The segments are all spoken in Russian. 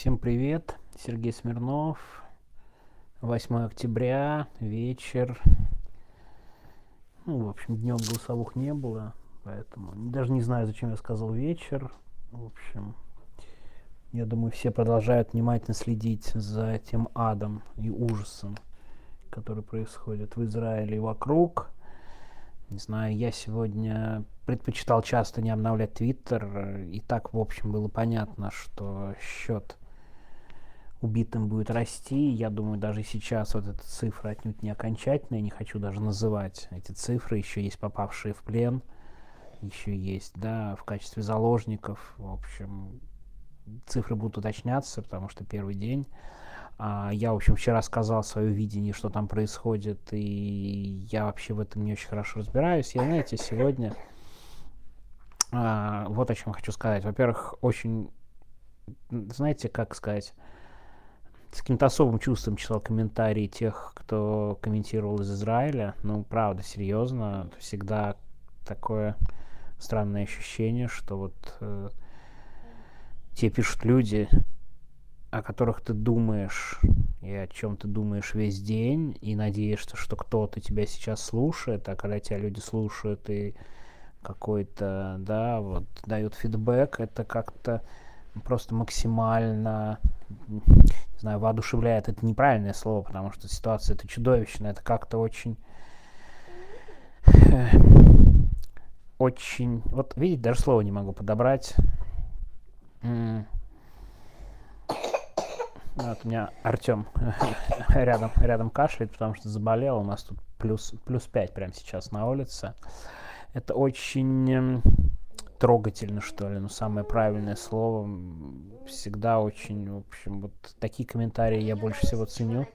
Всем привет, Сергей Смирнов, 8 октября, вечер. В общем, днем голосовых не было, поэтому даже не знаю, зачем я сказал вечер. В общем, я думаю, все продолжают внимательно следить за тем адом и ужасом, который происходит в Израиле и вокруг. Не знаю, я сегодня предпочитал часто не обновлять Твиттер, и так, в общем, было понятно, что счет убитым будет расти. Я думаю, даже сейчас вот эта цифра отнюдь не окончательная, не хочу даже называть эти цифры, еще есть попавшие в плен, еще есть, да, в качестве заложников. В общем, цифры будут уточняться, потому что первый день. Я, в общем, вчера сказал свое видение, что там происходит, и я вообще в этом не очень хорошо разбираюсь. Я, знаете, сегодня вот о чем хочу сказать. Во-первых, очень, знаете, как сказать, с каким-то особым чувством читал комментарии тех, кто комментировал из Израиля. Ну, правда, серьезно, всегда такое странное ощущение, что вот тебе пишут люди, о которых ты думаешь и о чем ты думаешь весь день, и надеешься, что кто-то тебя сейчас слушает, а когда тебя люди слушают и какой-то, да, вот, дают фидбэк, это как-то просто максимально, не знаю, воодушевляет. Это неправильное слово, потому что ситуация это чудовищная, это как-то очень, очень, вот видите, даже слова не могу подобрать. Вот у меня Артем рядом кашляет, потому что заболел. У нас тут плюс 5 прямо сейчас на улице. Это очень трогательно, что ли, ну, самое правильное слово. Всегда очень, в общем, вот такие комментарии я больше всего ценю.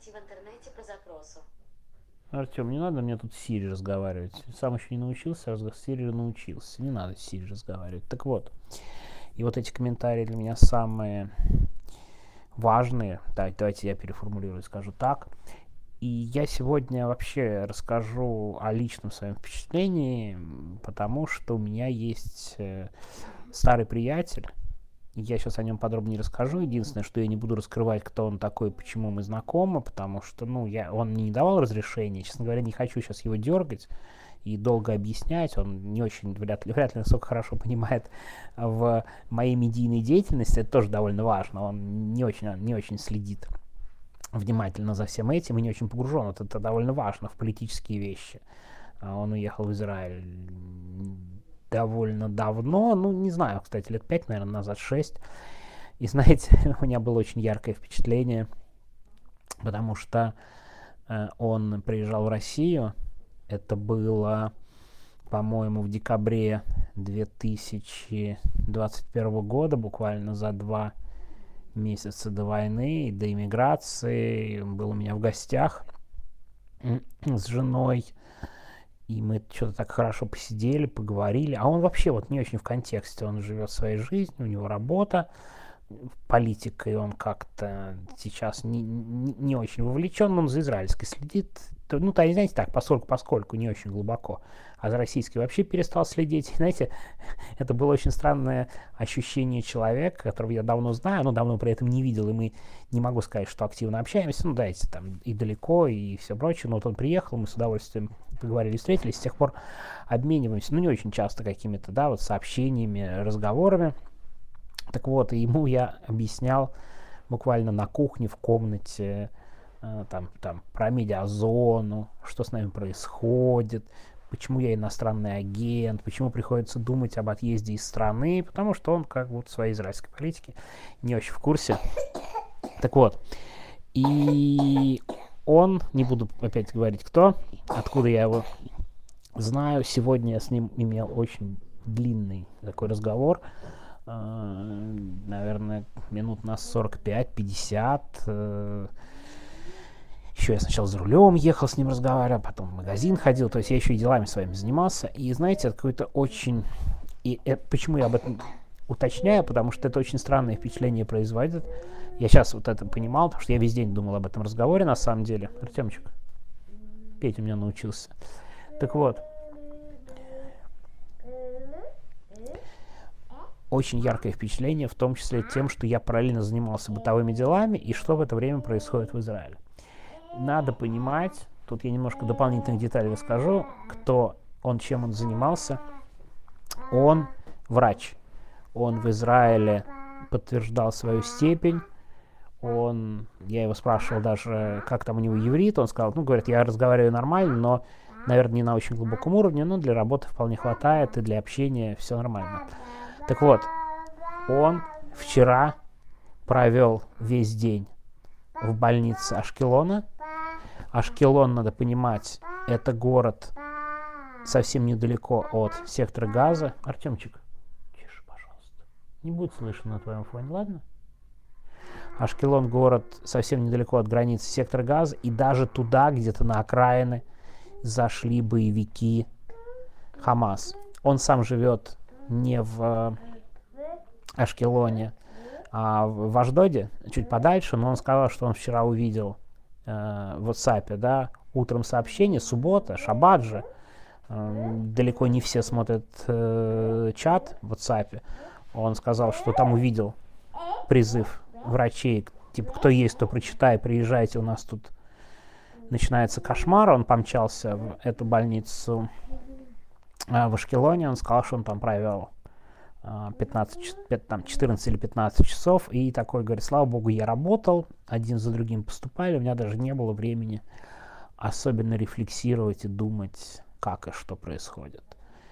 Артем, не надо мне тут с Сири разговаривать. Сам еще не научился, с Сири научился. Не надо с Сири разговаривать. Так вот, и вот эти комментарии для меня самые важные. Да, давайте я переформулирую, скажу так. И я сегодня вообще расскажу о личном своем впечатлении, потому что у меня есть старый приятель. Я сейчас о нем подробнее расскажу. Единственное, что я не буду раскрывать, кто он такой, почему мы знакомы, потому что, ну, он мне не давал разрешения. Честно говоря, не хочу сейчас его дергать и долго объяснять. Он не очень, вряд ли настолько хорошо понимает в моей медийной деятельности. Это тоже довольно важно. Он не очень следит внимательно за всем этим и не очень погружен. Вот это довольно важно в политические вещи. Он уехал в Израиль довольно давно, ну, не знаю, кстати, лет 5, наверное, назад, 6. И, знаете, у меня было очень яркое впечатление, потому что он приезжал в Россию. Это было, по-моему, в декабре 2021 года, буквально за 2 месяца до войны и до иммиграции. Он был у меня в гостях с женой. И мы что-то так хорошо посидели, поговорили. А он вообще вот не очень в контексте. Он живет своей жизнью, у него работа, политикой он как-то сейчас не очень вовлечен. Он за израильской следит. Ну, то, знаете, так, поскольку не очень глубоко. А за российской вообще перестал следить. Знаете, это было очень странное ощущение человека, которого я давно знаю, но давно при этом не видел, и мы не могу сказать, что активно общаемся, ну, дайте там и далеко, и все прочее, но вот он приехал, мы с удовольствием поговорили, встретились, с тех пор обмениваемся, ну, не очень часто какими-то, да, вот сообщениями, разговорами. Так вот, и ему я объяснял буквально на кухне, в комнате, там про медиазону, что с нами происходит, почему я иностранный агент, почему приходится думать об отъезде из страны, потому что он как вот в своей израильской политике не очень в курсе. Так вот, и он, не буду опять говорить кто, откуда я его знаю, сегодня я с ним имел очень длинный такой разговор, наверное, минут на 45-50. Еще я сначала за рулем ехал с ним разговаривал, потом в магазин ходил, то есть я еще и делами своими занимался. И знаете, это какой-то очень... почему я об этом уточняю, потому что это очень странное впечатление производит. Я сейчас вот это понимал, потому что я весь день думал об этом разговоре на самом деле. Артемчик, петь у меня научился. Так вот. очень яркое впечатление, в том числе тем, что я параллельно занимался бытовыми делами и что в это время происходит в Израиле. Надо понимать, тут я немножко дополнительных деталей расскажу, кто он, чем он занимался. Он врач. Он в Израиле подтверждал свою степень. Я его спрашивал даже, как там у него иврит. Он сказал, говорит, я разговариваю нормально, но, наверное, не на очень глубоком уровне, но для работы вполне хватает, и для общения все нормально. Так вот, он вчера провел весь день в больнице Ашкелона. Ашкелон, надо понимать, это город совсем недалеко от сектора Газа. Артемчик, тише, пожалуйста. Не будет слышно на твоем фоне, ладно? Ашкелон город совсем недалеко от границы сектора Газа, и даже туда, где-то на окраины, зашли боевики Хамас. Он сам живет не в Ашкелоне, а в Ашдоде, чуть подальше, но он сказал, что он вчера увидел в WhatsApp, да, утром сообщение, суббота, шаббат же, далеко не все смотрят чат в WhatsApp. Он сказал, что там увидел призыв врачей, типа, кто есть, то прочитай, приезжайте, у нас тут начинается кошмар. Он помчался в эту больницу в Ашкелоне, он сказал, что он там провел 14 или 15 часов, и такой, говорит, слава богу, я работал, один за другим поступали, у меня даже не было времени особенно рефлексировать и думать, как и что происходит.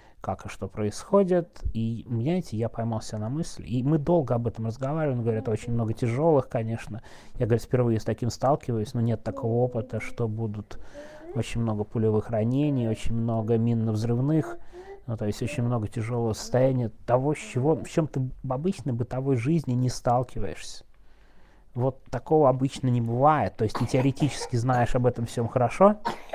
И, понимаете, я поймался на мысли, и мы долго об этом разговаривали, он говорит, очень много тяжелых, конечно. Я, говорит, впервые с таким сталкиваюсь, но нет такого опыта, что будут очень много пулевых ранений, очень много минно-взрывных, то есть очень много тяжелого состояния, того, с чем ты в обычной бытовой жизни не сталкиваешься. Вот такого обычно не бывает. То есть ты теоретически знаешь об этом всем хорошо,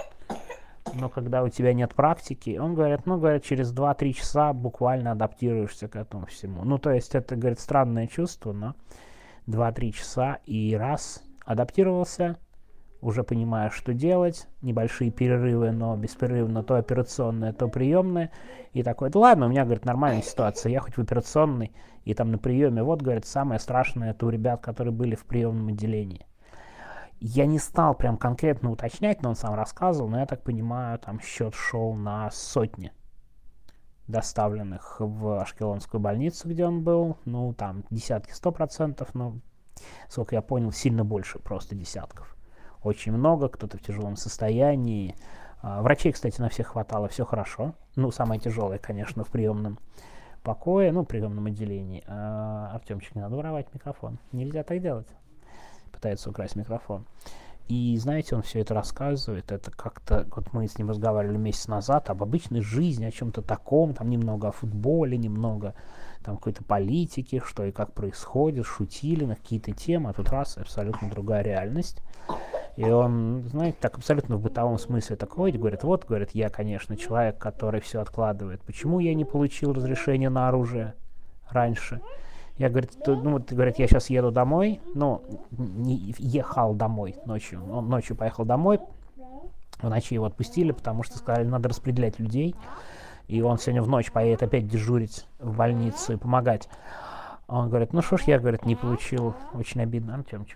но когда у тебя нет практики, он говорит, через 2-3 часа буквально адаптируешься к этому всему. То есть это, говорит, странное чувство, но 2-3 часа и раз адаптировался, уже понимаешь, что делать, небольшие перерывы, но беспрерывно, то операционное, то приемное, и такой, да ладно, у меня, говорит, нормальная ситуация, я хоть в операционной, и там на приеме, вот, говорит, самое страшное, это у ребят, которые были в приемном отделении. Я не стал прям конкретно уточнять, но он сам рассказывал, но я так понимаю, там счет шел на сотни доставленных в Ашкелонскую больницу, где он был, там десятки, 100%, но, сколько я понял, сильно больше просто десятков. Очень много, кто-то в тяжелом состоянии. Врачей, кстати, на всех хватало, все хорошо. Самое тяжелое, конечно, в приемном покое, приемном отделении. Артемчик, не надо воровать микрофон. Нельзя так делать. Пытается украсть микрофон. И, знаете, он все это рассказывает. Это как-то, вот мы с ним разговаривали месяц назад об обычной жизни, о чем-то таком, там немного о футболе, немного там какой-то политики, что и как происходит, шутили на какие-то темы, а тут раз, абсолютно другая реальность. И он, знаете, так абсолютно в бытовом смысле такой, говорит, я, конечно, человек, который все откладывает. Почему я не получил разрешение на оружие раньше? Я, говорит, я сейчас еду домой, не ехал домой ночью. Он ночью поехал домой, в ночи его отпустили, потому что сказали, надо распределять людей. И он сегодня в ночь поедет опять дежурить в больницу и помогать. Он говорит, что ж я, говорит, не получил, очень обидно, Артемчик.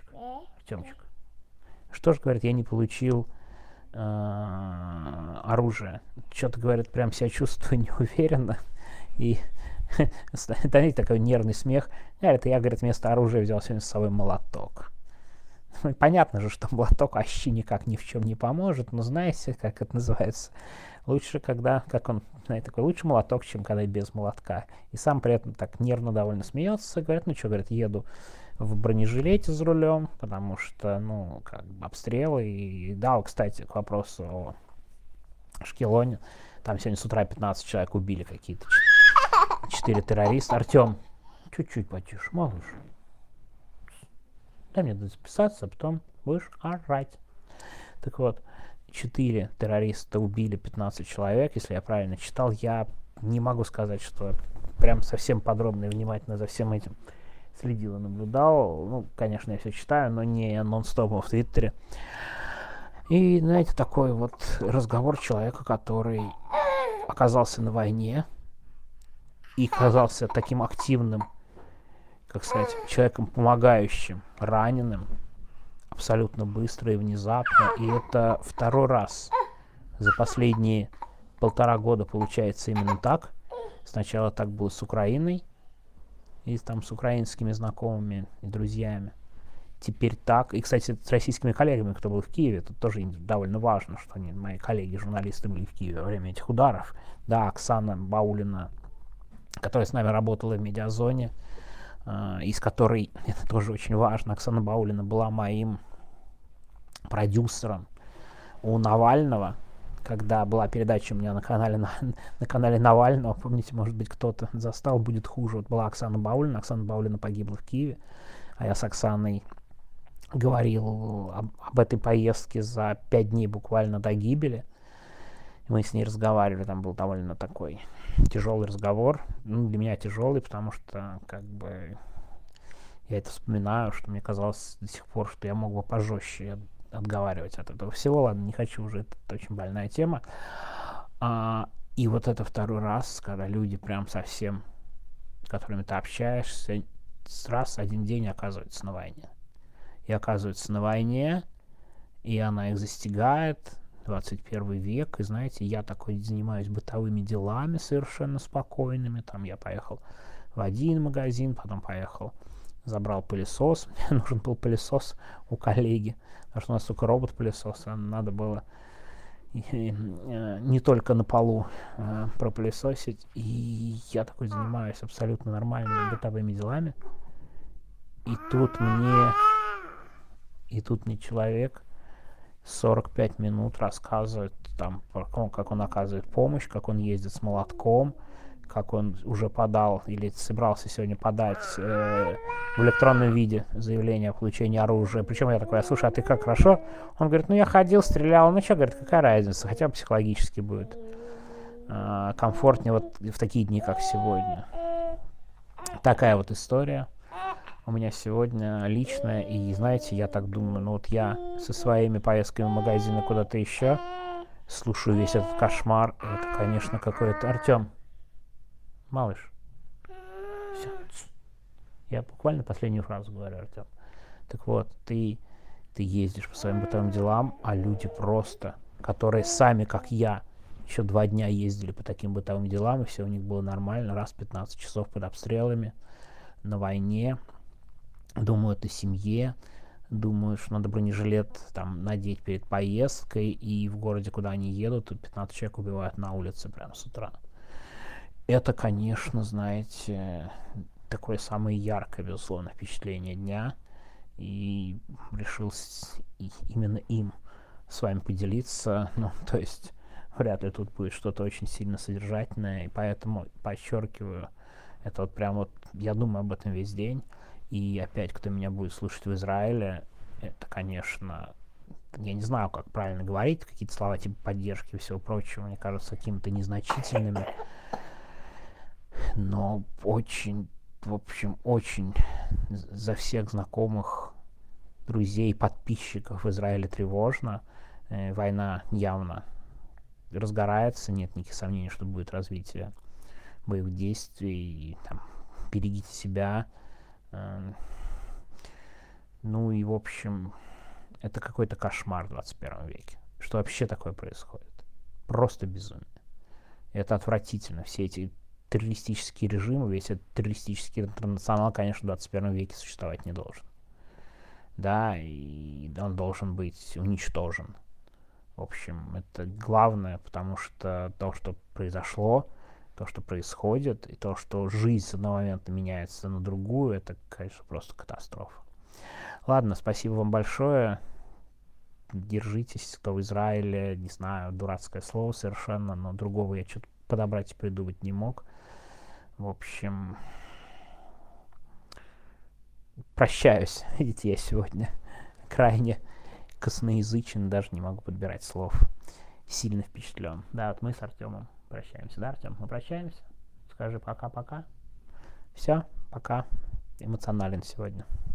Что ж, говорит, я не получил оружие. Что-то, говорит, прям себя чувствую неуверенно. И знаете, такой нервный смех. Я, говорит, вместо оружия взял сегодня с собой молоток. Понятно же, что молоток вообще никак ни в чем не поможет, но знаете, как это называется? Лучше, когда, как он, такой, лучше молоток, чем когда без молотка. И сам при этом так нервно довольно смеется. Говорит, еду в бронежилете за рулем, потому что, обстрелы. И да, кстати, к вопросу о Ашкелоне. Там сегодня с утра 15 человек убили какие-то 4 террориста. Артем, чуть-чуть потише, малыш. Дай мне записаться, а потом будешь орать. Так вот, 4 террориста убили 15 человек, если я правильно читал. Я не могу сказать, что прям совсем подробно и внимательно за всем этим следил и наблюдал. Конечно, я все читаю, но не нон-стопом в Твиттере. И, знаете, такой вот разговор человека, который оказался на войне, и казался таким активным, как сказать, человеком, помогающим раненым, абсолютно быстро и внезапно. И это второй раз за последние 1,5 года получается именно так. Сначала так было с Украиной и там с украинскими знакомыми и друзьями. Теперь так. И, кстати, с российскими коллегами, кто был в Киеве, это тоже довольно важно, что они, мои коллеги, журналисты, были в Киеве во время этих ударов. Да, Оксана Баулина, которая с нами работала в медиазоне, из которой, это тоже очень важно, Оксана Баулина была моим продюсером у Навального, когда была передача у меня на канале Навального, помните, может быть, кто-то застал, будет хуже. Вот была Оксана Баулина погибла в Киеве, а я с Оксаной говорил об этой поездке за 5 дней буквально до гибели. Мы с ней разговаривали, там был довольно такой тяжелый разговор. Ну, для меня тяжелый, потому что, как бы, я это вспоминаю, что мне казалось до сих пор, что я мог бы пожестче отговаривать от этого всего. Ладно, не хочу уже, это очень больная тема. И вот это второй раз, когда люди прям совсем, с которыми ты общаешься, раз один день оказываются на войне. И оказываются на войне, и она их застигает, 21 век, и знаете, я такой занимаюсь бытовыми делами совершенно спокойными, там я поехал в один магазин, потом поехал, забрал пылесос, мне нужен был пылесос у коллеги, потому что у нас только робот-пылесос, а надо было не только на полу пропылесосить, и я такой занимаюсь абсолютно нормальными бытовыми делами, и тут мне человек 45 минут рассказывает там, как он оказывает помощь, как он ездит с молотком, как он уже подал или собирался сегодня подать в электронном виде заявление о получении оружия. Причем я такой, слушай, а ты как, хорошо? Он говорит, ну я ходил, стрелял, ну что, говорит, какая разница, хотя бы психологически будет комфортнее вот в такие дни, как сегодня. Такая вот история у меня сегодня личная, и знаете, я так думаю, ну вот я со своими поездками в магазины куда-то еще слушаю весь этот кошмар, это, конечно, какой-то... Артем, малыш, все. Я буквально последнюю фразу говорю, Артем. Так вот, ты ездишь по своим бытовым делам, а люди просто, которые сами, как я, еще 2 дня ездили по таким бытовым делам, и все у них было нормально, раз 15 часов под обстрелами, на войне, думают о семье, думают, что надо бронежилет там надеть перед поездкой, и в городе, куда они едут, 15 человек убивают на улице прямо с утра. Это, конечно, знаете, такое самое яркое, безусловно, впечатление дня, и решил именно им с вами поделиться, ну, то есть вряд ли тут будет что-то очень сильно содержательное, и поэтому подчеркиваю, это вот прям вот, я думаю об этом весь день. И опять, кто меня будет слушать в Израиле, это, конечно, я не знаю, как правильно говорить, какие-то слова типа поддержки и всего прочего, мне кажутся какими-то незначительными, но очень, в общем, очень за всех знакомых, друзей, подписчиков в Израиле тревожно. Война явно разгорается, нет никаких сомнений, что будет развитие боевых действий, и, там, берегите себя. Ну и, в общем, это какой-то кошмар в 21 веке. Что вообще такое происходит? Просто безумие. Это отвратительно. Все эти террористические режимы, весь этот террористический интернационал, конечно, в 21 веке существовать не должен. Да, и он должен быть уничтожен. В общем, это главное, потому что то, что произошло, то, что происходит, и то, что жизнь с одного момента меняется на другую, это, конечно, просто катастрофа. Ладно, спасибо вам большое. Держитесь, кто в Израиле, не знаю, дурацкое слово совершенно, но другого я что-то подобрать и придумать не мог. В общем, прощаюсь. Видите, я сегодня крайне косноязычен, даже не могу подбирать слов. Сильно впечатлен. Да, вот мы с Артемом прощаемся. Да, Артем, мы прощаемся? Скажи пока-пока. Все, пока. Эмоционален сегодня.